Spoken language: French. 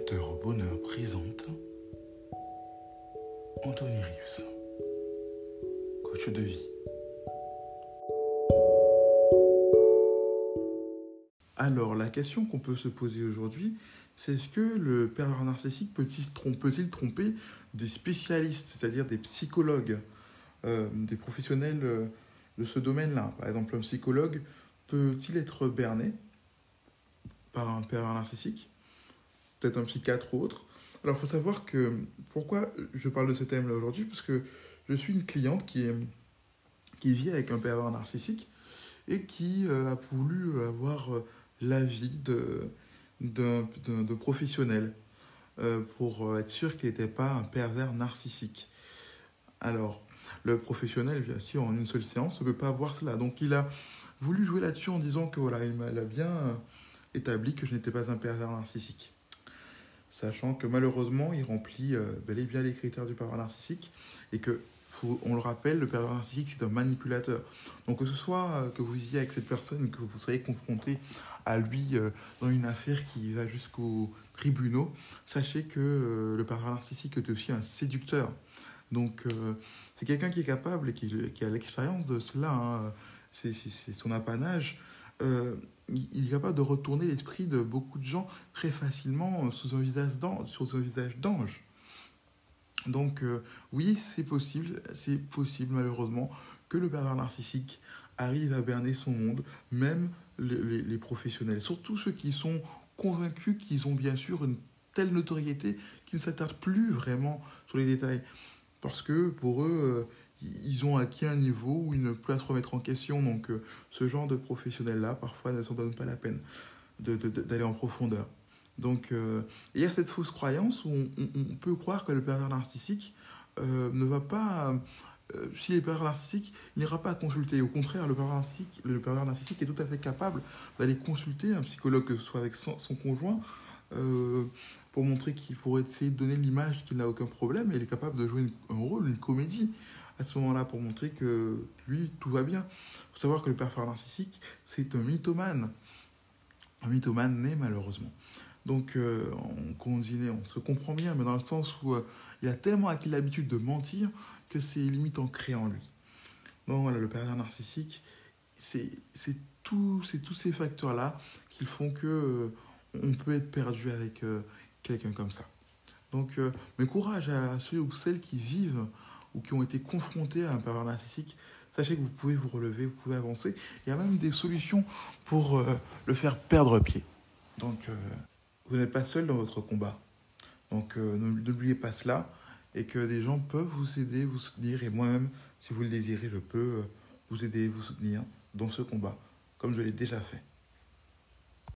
Docteur Bonheur présente Anthony Reeves, coach de vie. Alors, la question qu'on peut se poser aujourd'hui, c'est est-ce que le pervers narcissique peut-il tromper des spécialistes, c'est-à-dire des psychologues, des professionnels de ce domaine-là? Par exemple, un psychologue peut-il être berné par un pervers narcissique? Peut-être un psychiatre ou autre. Alors, il faut savoir que pourquoi je parle de ce thème-là aujourd'hui, parce que je suis une cliente qui vit avec un pervers narcissique et qui a voulu avoir l'avis de professionnel pour être sûr qu'il n'était pas un pervers narcissique. Alors, le professionnel, bien sûr, en une seule séance, ne peut pas voir cela. Donc, il a voulu jouer là-dessus en disant que voilà, il a bien établi que je n'étais pas un pervers narcissique. Sachant que malheureusement, il remplit bel et bien les critères du pervers narcissique et que, on le rappelle, le pervers narcissique, c'est un manipulateur. Donc que ce soit que vous ayez avec cette personne, que vous soyez confronté à lui dans une affaire qui va jusqu'aux tribunaux, sachez que le pervers narcissique est aussi un séducteur. Donc c'est quelqu'un qui est capable et qui a l'expérience de cela, hein. C'est son apanage. Il est capable de retourner l'esprit de beaucoup de gens très facilement sous un visage d'ange. Donc oui, c'est possible malheureusement que le pervers narcissique arrive à berner son monde, même les professionnels, surtout ceux qui sont convaincus qu'ils ont bien sûr une telle notoriété qu'ils ne s'attardent plus vraiment sur les détails, parce que pour eux, ils ont acquis un niveau où ils ne peuvent se remettre en question. Donc ce genre de professionnels-là, parfois, ne s'en donnent pas la peine d'aller en profondeur. Donc il y a cette fausse croyance où on peut croire que le pervers narcissique ne va pas... s'il est pervers narcissique, il n'ira pas consulter. Au contraire, le pervers narcissique est tout à fait capable d'aller consulter un psychologue, que ce soit avec son conjoint, pour montrer pour essayer de donner l'image qu'il n'a aucun problème, et il est capable de jouer un rôle, une comédie à ce moment-là, pour montrer que lui, tout va bien. Il faut savoir que le pervers narcissique, c'est un mythomane né malheureusement. Donc, on se comprend bien, mais dans le sens où il a tellement acquis l'habitude de mentir que c'est limite ancré en lui. Donc voilà, le pervers narcissique, c'est tous ces facteurs-là qui font que on peut être perdu avec quelqu'un comme ça. Donc, mais courage à ceux ou celles qui vivent ou qui ont été confrontés à un pervers narcissique. Sachez que vous pouvez vous relever, vous pouvez avancer. Il y a même des solutions pour le faire perdre pied. Donc, vous n'êtes pas seul dans votre combat. Donc, n'oubliez pas cela et que des gens peuvent vous aider, vous soutenir. Et moi-même, si vous le désirez, je peux vous aider, vous soutenir dans ce combat, comme je l'ai déjà fait.